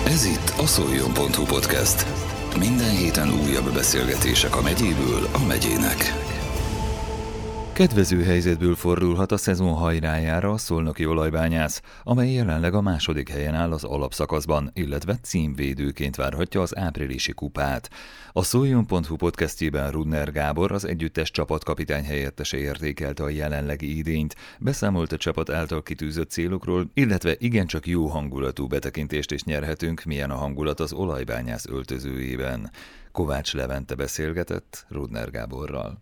Ez itt a Szoljon.hu podcast. Minden héten újabb beszélgetések a megyéből a megyének. Kedvező helyzetből fordulhat a szezon hajrájára a szolnoki olajbányász, amely jelenleg a második helyen áll az alapszakaszban, illetve címvédőként várhatja az áprilisi kupát. A Szoljon.hu podcastjében Rudner Gábor, az együttes csapatkapitány helyettese értékelte a jelenlegi idényt, beszámolt a csapat által kitűzött célokról, illetve igencsak jó hangulatú betekintést is nyerhetünk, milyen a hangulat az olajbányász öltözőjében. Kovács Levente beszélgetett Rudner Gáborral.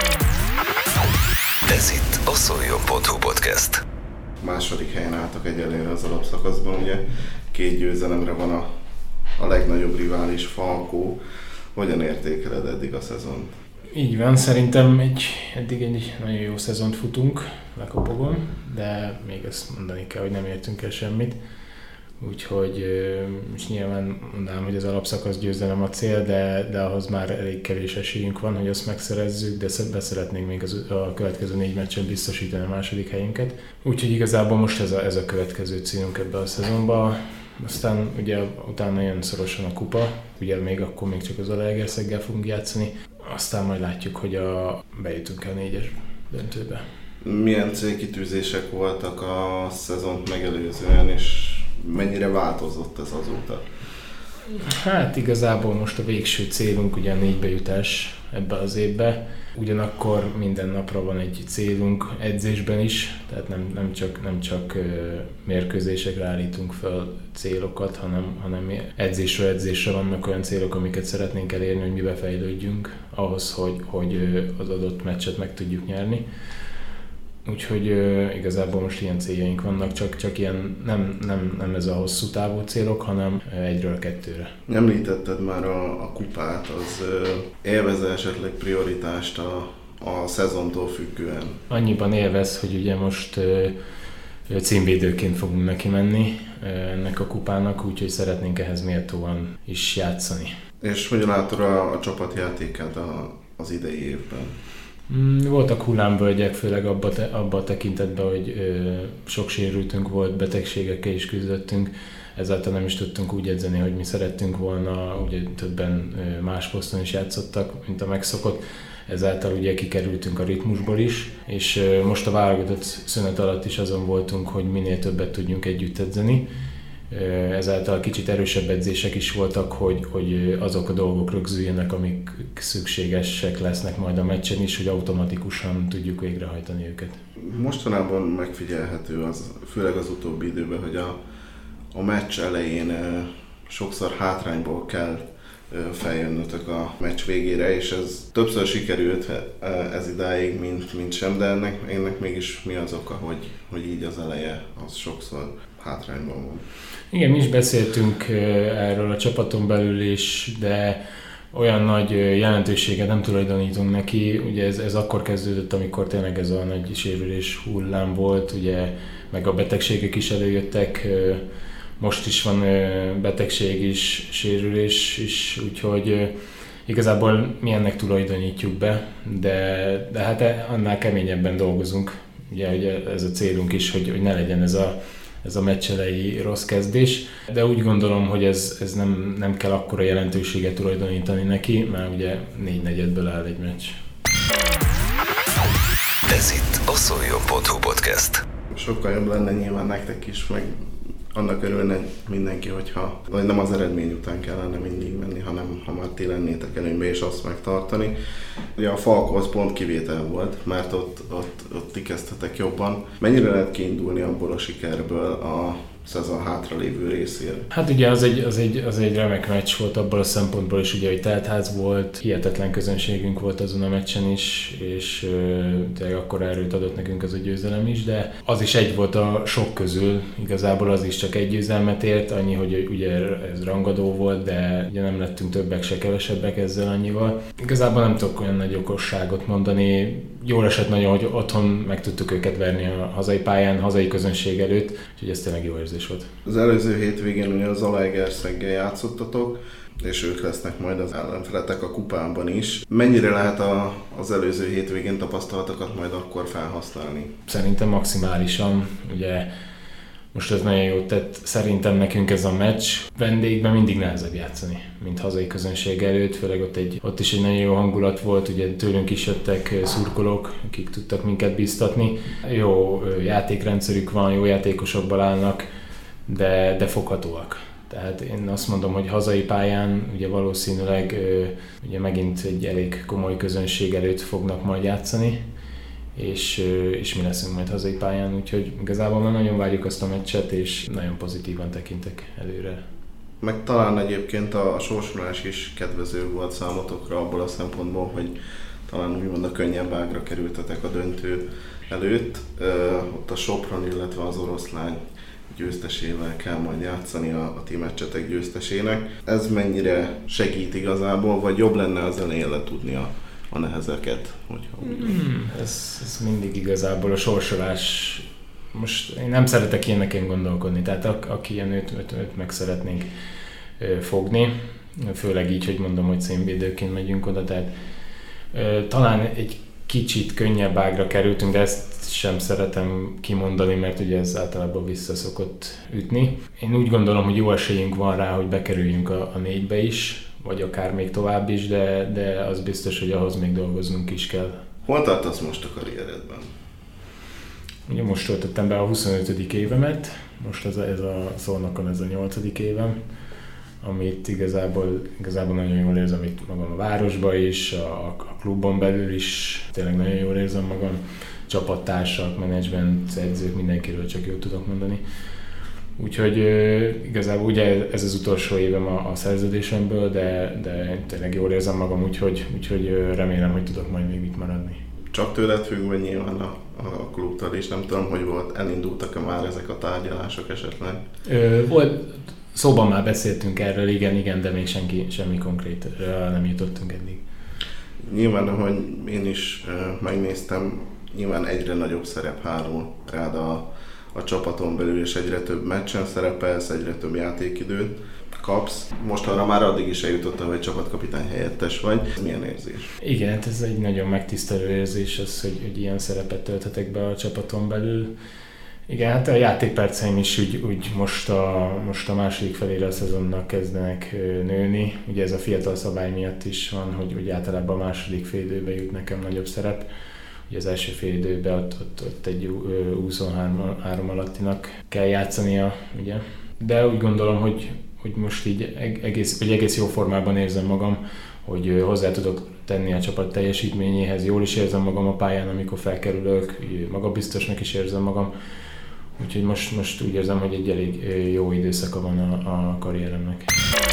Ez itt a Szoljon.hu podcast. Második helyen álltak egyelőre az alapszakaszban, ugye 2 győzelemre van a legnagyobb rivális, Falkó. Hogyan értékeled eddig a szezont? Így van, szerintem eddig egy nagyon jó szezont futunk, lekopogom, de még ezt mondani kell, hogy nem értünk el semmit. Úgyhogy és nyilván mondanám, hogy az alapszakasz győzelem a cél, de ahhoz már elég kevés esélyünk van, hogy azt megszerezzük, de szeretnénk még a következő 4 meccsen biztosítani a második helyünket. Úgyhogy igazából most ez a következő célunk ebben a szezonban. Aztán ugye utána jön szorosan a kupa, ugye akkor még csak az Zalaegerszeggel fogunk játszani, aztán majd látjuk, hogy bejutunk el 4-es döntőbe. Milyen célkitűzések voltak a szezont megelőzően, és mennyire változott ez azóta? Hát igazából most a végső célunk ugye a 4 jutás ebbe az évbe. Ugyanakkor minden napra van egy célunk edzésben is, tehát nem csak mérkőzésekre állítunk fel célokat, hanem edzésről edzésre vannak olyan célok, amiket szeretnénk elérni, hogy mibe fejlődjünk ahhoz, hogy az adott meccset meg tudjuk nyerni. Úgyhogy igazából most ilyen céljaink vannak, csak ilyen nem ez a hosszú távú célok, hanem 1-ről 2-re. Említetted már a kupát, az élvez esetleg prioritást a szezontól függően? Annyiban élvez, hogy ugye most címvédőként fogunk neki menni ennek a kupának, úgyhogy szeretnénk ehhez méltóan is játszani. És hogyan látod a csapatjátékát az idei évben? Voltak hullámvölgyek, főleg abban a tekintetben, hogy sok sérültünk volt, betegségekkel is küzdöttünk, ezáltal nem is tudtunk úgy edzeni, hogy mi szerettünk volna, ugye többen más poszton is játszottak, mint a megszokott, ezáltal ugye kikerültünk a ritmusból is, és most a válogatott szünet alatt is azon voltunk, hogy minél többet tudjunk együtt edzeni. Ezáltal kicsit erősebb edzések is voltak, hogy azok a dolgok rögzüljenek, amik szükségesek lesznek majd a meccsen is, hogy automatikusan tudjuk végrehajtani őket. Mostanában megfigyelhető, főleg az utóbbi időben, hogy a meccs elején sokszor hátrányból kell feljönnötök a meccs végére, és ez többször sikerült ez idáig, mint sem, de ennek mégis mi az oka, hogy így az eleje az sokszor hátrányban van? Igen, mi is beszéltünk erről a csapaton belül is, de olyan nagy jelentőséget nem tulajdonítunk neki. Ugye ez akkor kezdődött, amikor tényleg ez a nagy sérülés hullám volt, ugye meg a betegségek is előjöttek, most is van betegség is, sérülés is, úgyhogy igazából mi ennek tulajdonítjuk be, de hát annál keményebben dolgozunk. Ugye ez a célunk is, hogy ne legyen ez a meccs elejé rossz kezdés, de úgy gondolom, hogy ez nem kell akkora jelentőséget tulajdonítani neki, mert ugye 4/4-ből áll egy meccs. Ez itt a Szoljon.hu podcast. Sokkal jobb lenne nyilván nektek is, meg annak örülne mindenki, hogyha nem az eredmény után kellene mindig menni, hanem ha már ti lennétek előnybe és azt megtartani. Ugye a Falkó az pont kivétel volt, mert ott ti kezdtetek jobban. Mennyire lehet kiindulni abból a sikerből a szezon hátralévő részére? Hát ugye az egy remek meccs volt abból a szempontból is, ugye, hogy teltház volt, hihetetlen közönségünk volt azon a meccsen is, és tényleg akkor erőt adott nekünk az a győzelem is, de az is egy volt a sok közül, igazából az is csak egy győzelmet ért, annyi, hogy ugye ez rangadó volt, de ugye nem lettünk többek se kevesebbek ezzel annyival. Igazából nem tudok olyan nagy okosságot mondani, jól esett nagyon, hogy otthon meg tudtuk őket verni a hazai pályán, hazai közönség előtt, úgyhogy ez tényleg jó érzés volt. Az előző hétvégén ugye a Zalaegerszeggel játszottatok, és ők lesznek majd az ellenfeletek a kupában is. Mennyire lehet az előző hétvégén tapasztalatokat majd akkor felhasználni? Szerintem maximálisan. Ugye Most ez nagyon jót tett szerintem nekünk ez a meccs. Vendégben mindig nehezebb játszani, mint hazai közönség előtt, főleg ott is egy nagyon jó hangulat volt, ugye tőlünk is jöttek szurkolók, akik tudtak minket bíztatni. Jó játékrendszerük van, jó játékosokból állnak, de foghatóak. Tehát én azt mondom, hogy hazai pályán ugye valószínűleg ugye megint egy elég komoly közönség előtt fognak majd játszani, és mi leszünk majd hazai pályán, úgyhogy igazából már nagyon várjuk azt a meccset, és nagyon pozitívan tekintek előre. Meg talán egyébként a sorsolás is kedvező volt számotokra abból a szempontból, hogy talán úgymond a könnyebb ágra kerültetek a döntő előtt. Ott a Sopron, illetve az Oroszlány győztesével kell majd játszani a ti meccsetek győztesének. Ez mennyire segít igazából, vagy jobb lenne az elején letudni a nehezeket? Ez mindig igazából a sorsolás. Most én nem szeretek ilyeneken gondolkodni, tehát aki ilyen őt meg szeretnénk fogni, főleg így, hogy mondom, hogy címvédőként megyünk oda, tehát talán egy kicsit könnyebb ágra kerültünk, de ezt sem szeretem kimondani, mert ugye ez általában vissza szokott ütni. Én úgy gondolom, hogy jó esélyünk van rá, hogy bekerüljünk a négybe is, vagy akár még tovább is, de az biztos, hogy ahhoz még dolgoznunk is kell. Hol tartasz most a karrieredben? Ugye most töltöttem be a 25. évemet, most ez a Szolnokon ez a 8. évem, amit igazából nagyon jól érzem itt magam a városban is, a klubon belül is, tényleg nagyon jól érzem magam, csapattársak, menedzsment, edzők, mindenkiről csak jót tudok mondani. Úgyhogy igazából ugye ez az utolsó évem a szerződésemből, de tényleg jól érzem magam, úgyhogy remélem, hogy tudok majd még itt maradni. Csak tőled függ, vagy nyilván a klubtól is, nem tudom, hogy volt, elindultak-e már ezek a tárgyalások esetleg? Volt, szóban már beszéltünk erről, igen, de még semmi konkrétra nem jutottunk eddig. Nyilván, ahogy én is megnéztem, nyilván egyre nagyobb szerep hárul rád a csapaton belül, és egyre több meccsen szerepelsz, egyre több játékidőt kapsz. Most arra már addig is eljutottál, hogy csapatkapitány helyettes vagy. Ez milyen érzés? Igen, hát ez egy nagyon megtisztelő érzés az, hogy ilyen szerepet tölthetek be a csapaton belül. Igen, hát a játékperceim is úgy most a második felére a szezonnak kezdenek nőni. Ugye ez a fiatal szabály miatt is van, hogy általában a második félidőben jut nekem nagyobb szerep. Ugye az első félidőben ott egy 23 alattinak kell játszania, ugye. De úgy gondolom, hogy most így egész jó formában érzem magam, hogy hozzá tudok tenni a csapat teljesítményéhez, jól is érzem magam a pályán, amikor felkerülök, magabiztosnak is érzem magam. Úgyhogy most úgy érzem, hogy egy elég jó időszaka van a karrieremnek.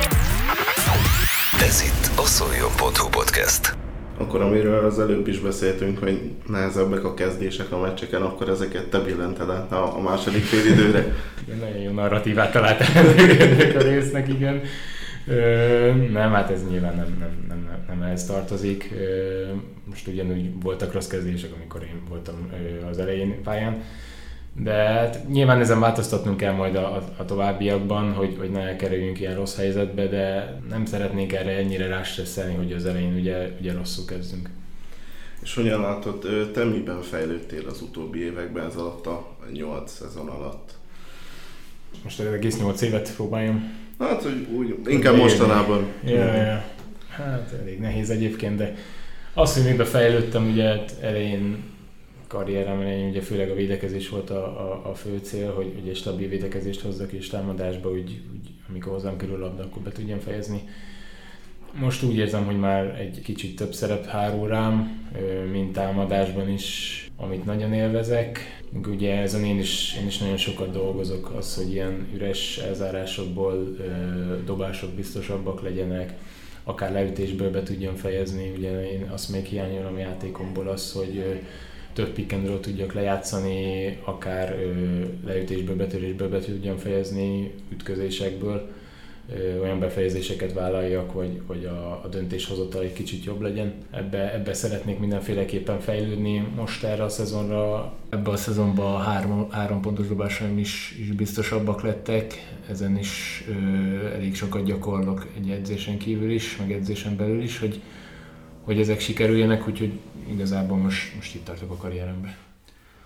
Ez itt a Szoljon.hu podcast. Akkor amiről az előbb is beszéltünk, hogy nehezebbek a kezdések a meccseken, akkor ezeket te billented át a második félidőre. Nagyon jó narratívát találtál ennek a résznek, igen. Nem, hát ez nyilván nem ehhez tartozik. Most ugyanúgy voltak rossz kezdések, amikor én voltam az elején pályán. De hát nyilván ezen változtatnunk kell majd a továbbiakban, hogy ne elkerüljünk ilyen rossz helyzetbe, de nem szeretnénk erre ennyire rástresszelni, hogy az elején ugye rosszul kezdünk. És hogyan látod, te miben fejlődtél az utóbbi években ez alatt a 8 szezon alatt? Most az egész 8 évet próbáljam. Hát, hogy úgy, inkább mostanában. Ja. Hát elég nehéz egyébként, de azt, hogy miben fejlődtem, ugye elején karrierem elején ugye főleg a védekezés volt a fő cél, hogy ugye stabil védekezést hozzak és támadásba, úgy amikor hozzám kerül a labda, akkor be tudjam fejezni. Most úgy érzem, hogy már egy kicsit több szerep hárul rám, mint támadásban is, amit nagyon élvezek. Ugye ezen én is nagyon sokat dolgozok, az, hogy ilyen üres elzárásokból dobások biztosabbak legyenek, akár leütésből be tudjam fejezni. Ugye én azt még hiányolom a játékomból az, hogy több pick and roll tudjak lejátszani, akár leütésből, betörésből be tudjam fejezni, ütközésekből, olyan befejezéseket vállaljak, hogy a döntéshozatal egy kicsit jobb legyen. Ebbe szeretnék mindenféleképpen fejlődni. Most erre a szezonra, ebbe a szezonban a 3 pontos dobásaim is biztosabbak lettek. Ezen is elég sokat gyakorlok egy edzésen kívül is, meg edzésen belül is, hogy ezek sikerüljenek, úgyhogy igazából most itt tartok a karrieremben.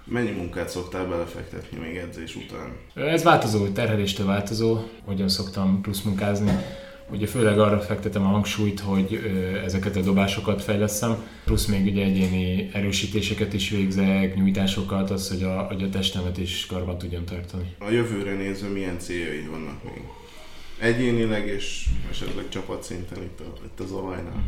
Mennyi munkát szoktál belefektetni még edzés után? Ez változó, terheléstől változó, hogyan szoktam plusz munkázni. Ugye főleg arra fektetem a hangsúlyt, hogy ezeket a dobásokat fejleszem, plusz még ugye egyéni erősítéseket is végzek, nyújtásokat, az, hogy a testemet is karban tudjam tartani. A jövőre nézve milyen céljaid vannak még? Egyénileg és esetleg csapatszinten itt az olajnál?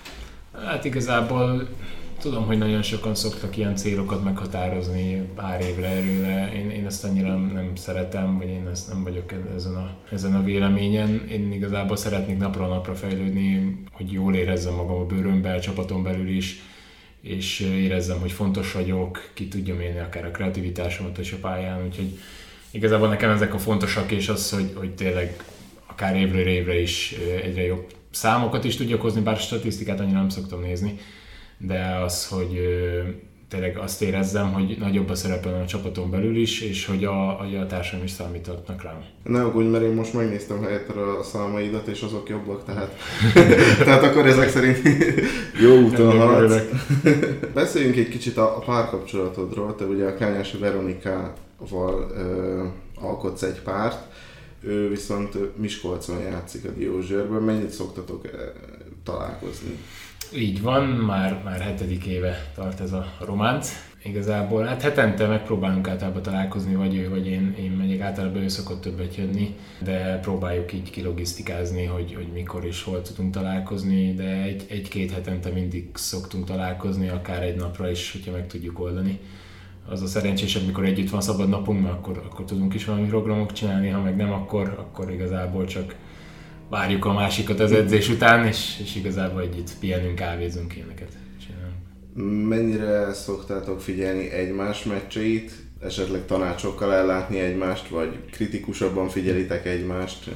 Hát igazából tudom, hogy nagyon sokan szoktak ilyen célokat meghatározni pár évre, erőre. Én ezt annyira nem szeretem, vagy én ezt nem vagyok ezen a véleményen. Én igazából szeretnék napról napra fejlődni, hogy jól érezzem magam a bőrömben, a csapaton belül is, és érezzem, hogy fontos vagyok, ki tudjam élni akár a kreativitásomat is a pályán. Úgyhogy igazából nekem ezek a fontosak, és az, hogy tényleg akár évről évre is egyre jobb számokat is tudjak hozni, bár statisztikát annyira nem szoktam nézni, de az, hogy tényleg azt érezzem, hogy nagyobb a szerepem a csapaton belül is, és hogy a társaim is számítatnak rám. Ne aggódj, mert én most megnéztem helyettre a számaidat, és azok jobbak, tehát akkor ezek szerint jó úton haladsz. Beszéljünk egy kicsit a párkapcsolatodról. Te ugye a Kányási Veronikával alkotsz egy párt, ő viszont Miskolcon játszik a Diózsőrben. Mennyit szoktatok találkozni? Így van, már 7. éve tart ez a románc. Igazából hát hetente megpróbálunk általában találkozni, vagy ő, vagy én megyek, általában ő szokott többet jönni, de próbáljuk így kilogisztikázni, hogy mikor és hol tudunk találkozni, de egy-két hetente mindig szoktunk találkozni, akár egy napra is, hogyha meg tudjuk oldani. Az a szerencsésebb, mikor együtt van szabad napunk, mert akkor tudunk is valami programok csinálni, ha meg nem, akkor igazából csak várjuk a másikat az edzés után, és igazából együtt pihenünk, kávézunk, ilyeneket csinálunk. Mennyire szoktátok figyelni egymás meccseit? Esetleg tanácsokkal ellátni egymást, vagy kritikusabban figyelitek egymást?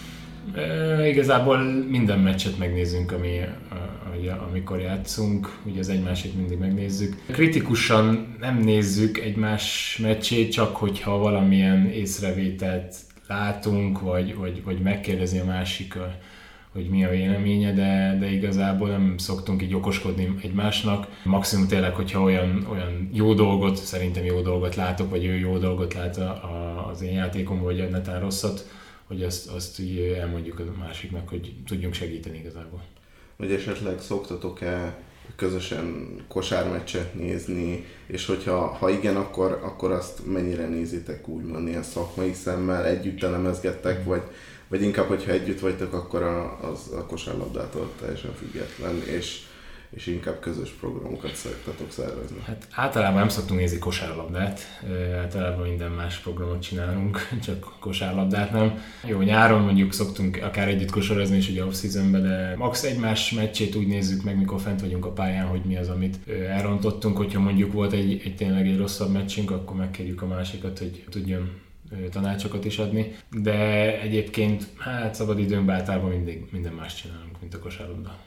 Igazából minden meccset megnézzünk, amikor játszunk, ugye az egymásét mindig megnézzük. Kritikusan nem nézzük egymás meccsét, csak hogyha valamilyen észrevételt látunk, vagy megkérdezi a másik, hogy mi a véleménye, de igazából nem szoktunk így okoskodni egymásnak. Maximum tényleg, hogyha olyan jó dolgot, szerintem jó dolgot látok, vagy ő jó dolgot lát az én játékomban, vagy netán rosszat, hogy azt így elmondjuk a másiknak, hogy tudjunk segíteni igazából. Vagy esetleg szoktatok-e közösen kosármeccset nézni, és hogyha igen, akkor azt mennyire nézitek úgymond ilyen szakmai szemmel, együtt elemezgettek, vagy inkább, hogyha együtt vagytok, akkor a kosárlabdától teljesen független, és inkább közös programokat szoktatok szervezni. Hát általában nem szoktunk nézni kosárlabdát, általában minden más programot csinálunk, csak kosárlabdát nem. Jó, nyáron mondjuk szoktunk akár együtt kosarazni is ugye off-seasonben, de max egymás meccsét úgy nézzük meg, mikor fent vagyunk a pályán, hogy mi az, amit elrontottunk. Hogyha mondjuk volt tényleg egy rosszabb meccsünk, akkor megkérjük a másikat, hogy tudjon tanácsokat is adni, de egyébként szabadidőnkben általában minden más csinálunk, mint a kosárlabda.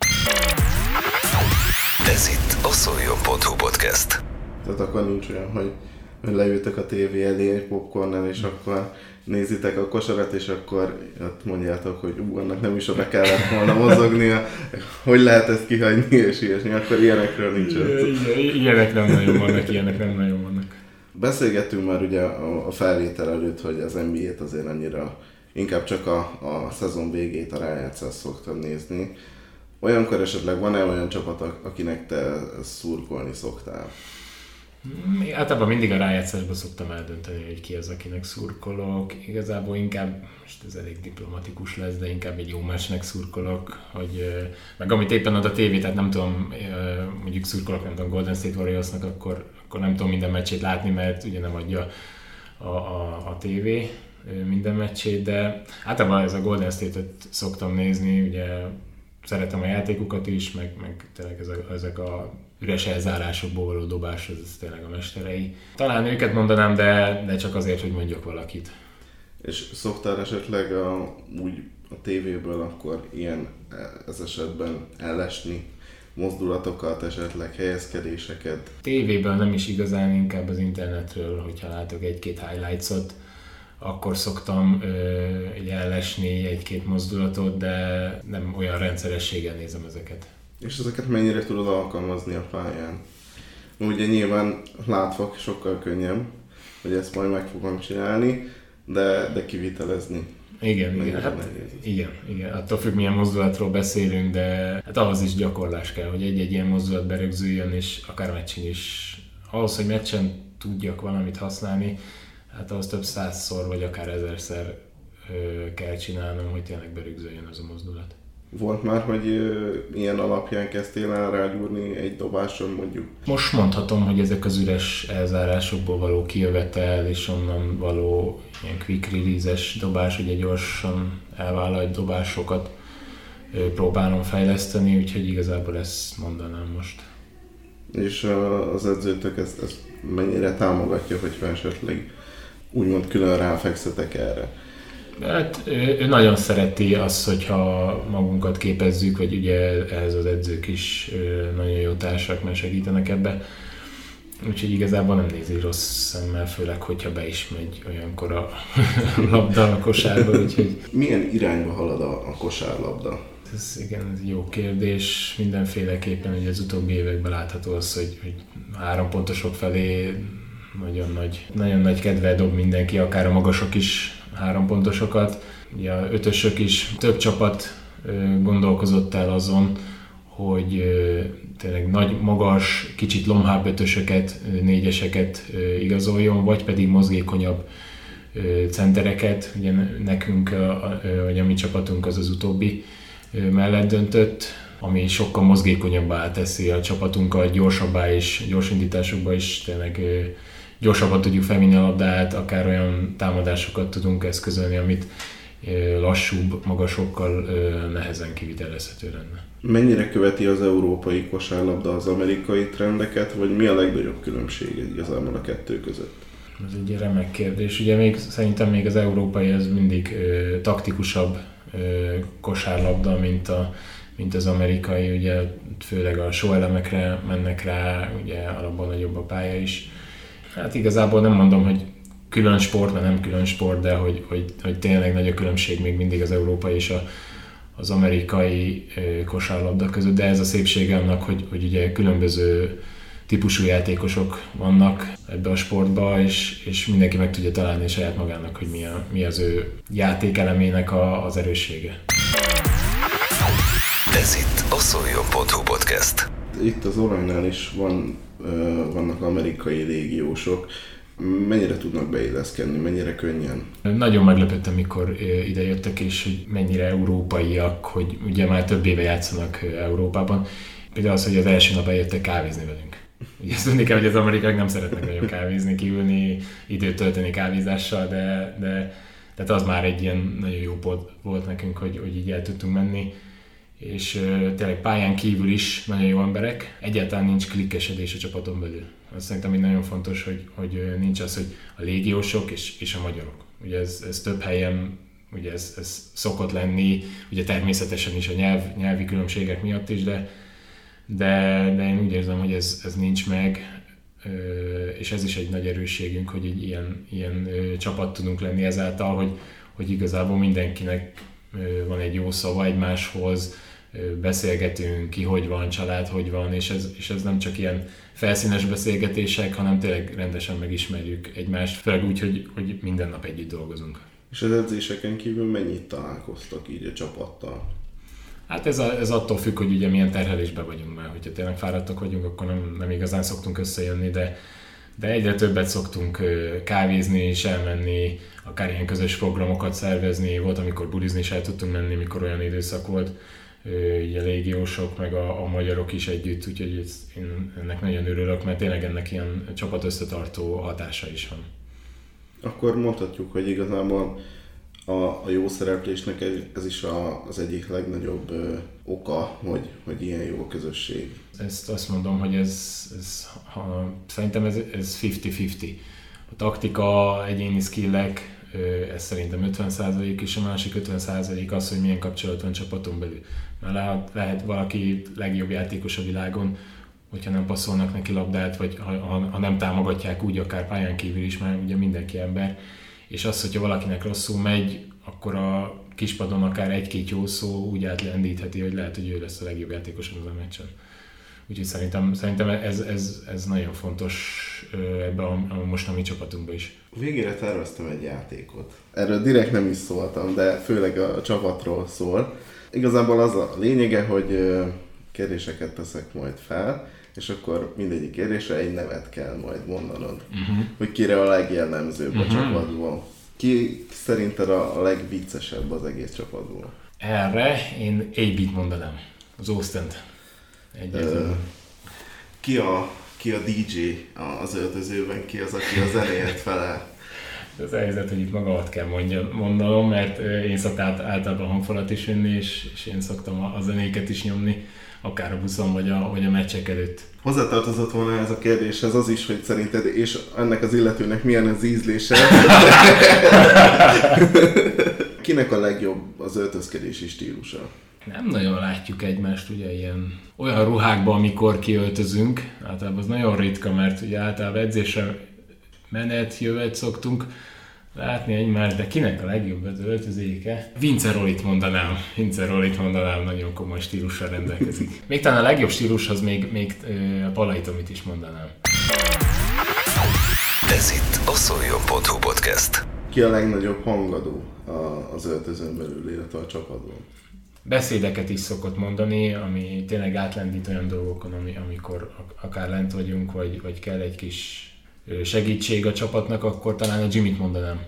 Ez itt a Szoljon.hu podcast. Tehát akkor nincs olyan, hogy leültök a tévé elé egy popcornnal, és akkor nézitek a kosarat, és akkor mondjátok, hogy annak nem is oda kellett volna mozognia, hogy lehet ezt kihagyni, és ilyesmi, akkor ilyenekről nincs. Ilyenek nem nagyon vannak. Beszélgettünk már ugye a felvétel előtt, hogy az NBA-t azért annyira inkább csak a szezon végét, a rájátszást szoktam nézni. Olyankor esetleg van-e olyan csapat, akinek te szurkolni szoktál? Általában mindig a rájátszásban szoktam eldönteni, hogy ki az, akinek szurkolok. Igazából inkább, most ez elég diplomatikus lesz, de inkább egy jó meccsnek szurkolok, meg amit éppen ad a tévé, tehát nem tudom, mondjuk szurkolok, nem tudom, Golden State Warriorsnak, akkor nem tudom minden meccsét látni, mert ugye nem adja a tévé minden meccsét, de általában ez a Golden State-et szoktam nézni, ugye szeretem a játékukat is, meg tényleg ezek a üres elzárásokból való dobás, ez tényleg a mesterei. Talán őket mondanám, de csak azért, hogy mondjak valakit. És szoktál esetleg úgy a tévéből akkor ilyen ez esetben ellesni mozdulatokat, esetleg helyezkedéseket? Tévéből nem is igazán, inkább az internetről, hogyha látok egy-két highlights-ot, akkor szoktam ellesni egy-két mozdulatot, de nem olyan rendszerességgel nézem ezeket. És ezeket mennyire tudod alkalmazni a pályán? Ugye nyilván látva sokkal könnyebb, hogy ezt majd meg fogom csinálni, de kivitelezni. Igen. Attól függ, milyen mozdulatról beszélünk, de hát ahhoz is gyakorlás kell, hogy egy-egy ilyen mozdulat berögzüljön, és akár meccsen is. Ahhoz, hogy meccsen tudjak valamit használni, hát ahhoz több 100-szor, vagy akár 1000-szer kell csinálnom, hogy tényleg berögzüljön az a mozdulat. Volt már, hogy ilyen alapján kezdtél el rágyúrni egy dobáson mondjuk? Most mondhatom, hogy ezek az üres elzárásokból való kijövetel és onnan való ilyen quick release-es dobás, ugye gyorsan elvállalt dobásokat próbálom fejleszteni, úgyhogy igazából ezt mondanám most. És az edzőtök ezt mennyire támogatja, hogy esetleg úgymond külön ráfekszetek erre? Hát ő nagyon szereti azt, hogyha magunkat képezzük, vagy ugye ehhez az edzők is nagyon jó társak, mert segítenek ebbe. Úgyhogy igazából nem nézi rossz szemmel, főleg, hogyha be is megy olyankor a labda a kosárba. Úgyhogy... Milyen irányba halad a kosárlabda? Ez jó kérdés. Mindenféleképpen ugye az utóbbi években látható az, hogy 3 pontosok felé nagyon nagy kedvel dob mindenki, akár a magasok is 3 pontosokat. Ugye a 5-ösök is, több csapat gondolkozott el azon, hogy tényleg nagy, magas, kicsit lomhább 5-ösöket, 4-eseket igazoljon, vagy pedig mozgékonyabb centereket. Ugye nekünk, vagy a mi csapatunk az utóbbi mellett döntött, ami sokkal mozgékonyabbá teszi a csapatunkat, gyorsabbá és gyors indításokba is tényleg gyorsabban tudjuk felvinni a labdát, akár olyan támadásokat tudunk eszközölni, amit lassúbb magasokkal nehezen kivitelezhető lenne. Mennyire követi az európai kosárlabda az amerikai trendeket, vagy mi a legnagyobb különbség igazából a kettő között? Ez egy remek kérdés. Ugye szerintem még az európai ez mindig taktikusabb kosárlabda, mint az amerikai, ugye főleg a show-elemekre mennek rá, ugye alapban nagyobb a pálya is. Hát igazából nem mondom, hogy külön sport, mert nem külön sport, de hogy tényleg nagy a különbség még mindig az európai és az amerikai kosárlabda között, de ez a szépsége annak, hogy ugye különböző típusú játékosok vannak ebbe a sportba, és mindenki meg tudja találni saját magának, hogy mi az ő játékelemének az erőssége. Ez itt a Szoljon.hu podcast. Itt az Oranynál is vannak amerikai légiósok. Mennyire tudnak beilleszkedni, mennyire könnyen? Nagyon meglepődtem, mikor ide jöttek, és hogy mennyire európaiak, hogy ugye már több éve játszanak Európában. Például az, hogy az első nap eljöttek kávézni velünk. Ugye ezt tudni kell, hogy az amerikaiak nem szeretnek nagyon kávézni, kiülni, időt tölteni kávézással, de tehát az már egy ilyen nagyon jó pont volt nekünk, hogy így el tudtunk menni. És tényleg pályán kívül is nagyon jó emberek. Egyáltalán nincs klikkesedés a csapaton belül. Azt szerintem így nagyon fontos, hogy nincs az, hogy a légiósok és a magyarok. Ugye ez több helyen, ugye ez szokott lenni, ugye természetesen is a nyelvi különbségek miatt is, de én úgy érzem, hogy ez nincs meg, és ez is egy nagy erősségünk, hogy egy ilyen csapat tudunk lenni ezáltal, hogy igazából mindenkinek van egy jó szava egymáshoz, beszélgetünk, ki hogy van, család hogy van, és ez nem csak ilyen felszínes beszélgetések, hanem tényleg rendesen megismerjük egymást, főleg úgy, hogy minden nap együtt dolgozunk. És az edzéseken kívül mennyit találkoztak így a csapattal? Hát ez attól függ, hogy ugye milyen terhelésben vagyunk már. Hogyha tényleg fáradtak vagyunk, akkor nem igazán szoktunk összejönni, de egyre többet szoktunk kávézni és elmenni, akár ilyen közös programokat szervezni. Volt, amikor bulizni is el tudtunk menni, mikor olyan időszak volt, ugye a légiósok, meg a magyarok is együtt, úgyhogy én ennek nagyon örülök, mert tényleg ennek ilyen csapat összetartó hatása is van. Akkor mondhatjuk, hogy igazából a jó szereplésnek ez is az egyik legnagyobb oka, hogy ilyen jó a közösség. Ezt azt mondom, hogy szerintem ez 50-50. A taktika, egyéni skillek, ez szerintem 50% és a másik 50% az, hogy milyen kapcsolat van csapaton belül. Mert lehet valaki legjobb játékos a világon, hogyha nem passzolnak neki labdát, vagy ha nem támogatják úgy akár pályán kívül is, mert ugye mindenki ember. És az, hogyha valakinek rosszul megy, akkor a kispadon akár egy-két jó szó úgy átlendítheti, hogy lehet, hogy ő lesz a legjobb játékos az a meccsen. Úgyhogy szerintem ez nagyon fontos ebben a mostani csapatunkban is. Végére terveztem egy játékot. Erről direkt nem is szóltam, de főleg a csapatról szól. Igazából az a lényege, hogy kérdéseket teszek majd fel, és akkor mindegyik kérdésre egy nevet kell majd mondanod, hogy kire a legjellemzőbb a csapatból. Ki szerinted a legviccesebb az egész csapatból? Erre én AB-t mondanám, az Austin-t. Ki a DJ az öltözőben, ki az, aki a zenéért felel? Az a helyzet, hogy itt magamat kell mondanom, mert én szoktam általában hangfalat is venni, és én szoktam a zenéket is nyomni, akár a buszon, vagy a meccsek előtt. Hozzátartozott volna ez a kérdéshez az is, hogy szerinted, és ennek az illetőnek milyen az ízlése? Kinek a legjobb az öltözkedési stílusa? Nem nagyon látjuk egymást ugye olyan ruhákban, amikor kiöltözünk. Általában az nagyon ritka, mert ugye általában edzésre jövet szoktunk látni egymást, de kinek a legjobb az öltözéke? Vince Rollit mondanám, nagyon komoly stílussal rendelkezik. Még talán a legjobb stílushoz még a Palai Tomit is mondanám. Ez itt a Szoljon.hu podcast. Ki a legnagyobb hangadó az öltözön belül, illetve a csapatban? Beszédeket is szokott mondani, ami tényleg átlendít olyan dolgokon, amikor akár lent vagyunk, vagy kell egy kis segítség a csapatnak, akkor talán a Jimmyt mondanám.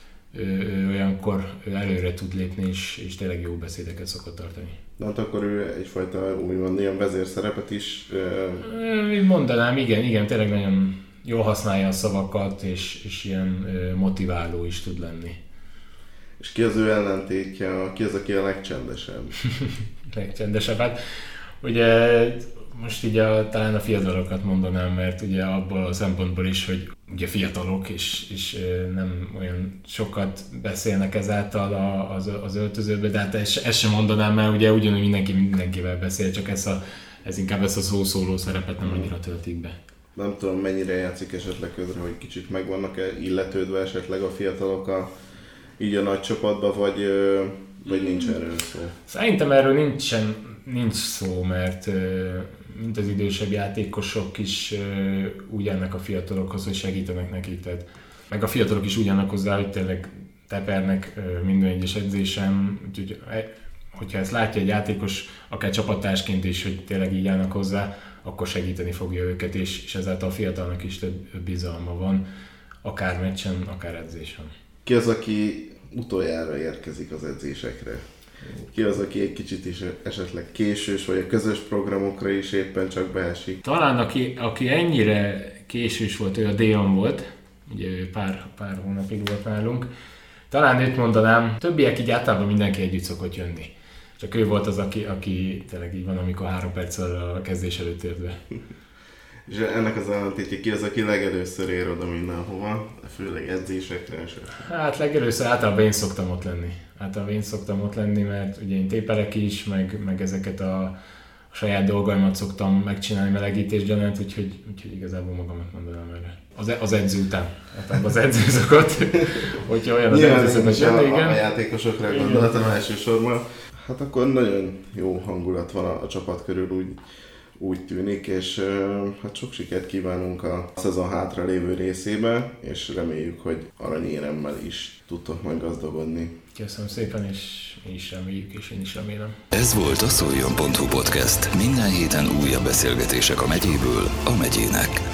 Olyankor előre tud lépni, és tényleg jó beszédeket szokott tartani. Na hát akkor ő egyfajta úgymond ilyen vezérszerepet is... Mondanám, igen, tényleg nagyon jól használja a szavakat, és ilyen motiváló is tud lenni. És ki az ő ellentétje, ki az, aki a legcsendesebb? Legcsendesebb, hát ugye most így talán a fiatalokat mondanám, mert ugye abból a szempontból is, hogy ugye fiatalok, és nem olyan sokat beszélnek ezáltal az öltözőben, de hát ezt sem mondanám, mert ugye ugyanúgy mindenkivel beszél, csak ez inkább ezt a szószóló szerepet nem annyira töltik be. Nem tudom, mennyire játszik esetleg közre, hogy kicsit meg vannak-e illetődve esetleg a fiatalok így a nagy csapatban, vagy nincs erről szó? Szerintem erről nincs szó, mert mint az idősebb játékosok is úgy állnak a fiatalokhoz, hogy segítenek nekik. Tehát, meg a fiatalok is úgy állnak hozzá, hogy tényleg tepernek minden egyes edzésen. Úgyhogy, hogyha ezt látja egy játékos, akár csapattársként is, hogy tényleg így állnak hozzá, akkor segíteni fogja őket, és ezáltal a fiatalnak is több bizalma van, akár meccsen, akár edzésen. Ki az, aki utoljára érkezik az edzésekre? Ki az, aki egy kicsit is esetleg késős, vagy a közös programokra is éppen csak beesik? Talán aki ennyire késős volt, ő a Déon volt, ugye pár hónapig volt nálunk. Talán őt mondanám, többiek így általában mindenki együtt szokott jönni. Csak ő volt az, aki tényleg így van, amikor 3 perccel a kezdés előtt ért be. És ennek az ellentétje, ki az, aki legelőször ér oda mindenhova, főleg edzésekre esetleg? Hát legelőször általában én szoktam ott lenni, mert ugye én tépelek is, meg ezeket a saját dolgaimat szoktam megcsinálni melegítésgyanánt, úgyhogy igazából magamat mondanám erre. Az edző után. Hát az edző szokott, hogyha olyan az edző hogy igen. A játékosokra gondoltam elsősorban. Hát akkor nagyon jó hangulat van a csapat körül, úgy tűnik, és hát sok sikert kívánunk a szezon hátra lévő részében, és reméljük, hogy aranyéremmel is tudtok majd gazdagodni. Köszönöm szépen, és mi is reméljük, és én is remélem. Ez volt a Szoljon.hu podcast. Minden héten újabb beszélgetések a megyéből a megyének.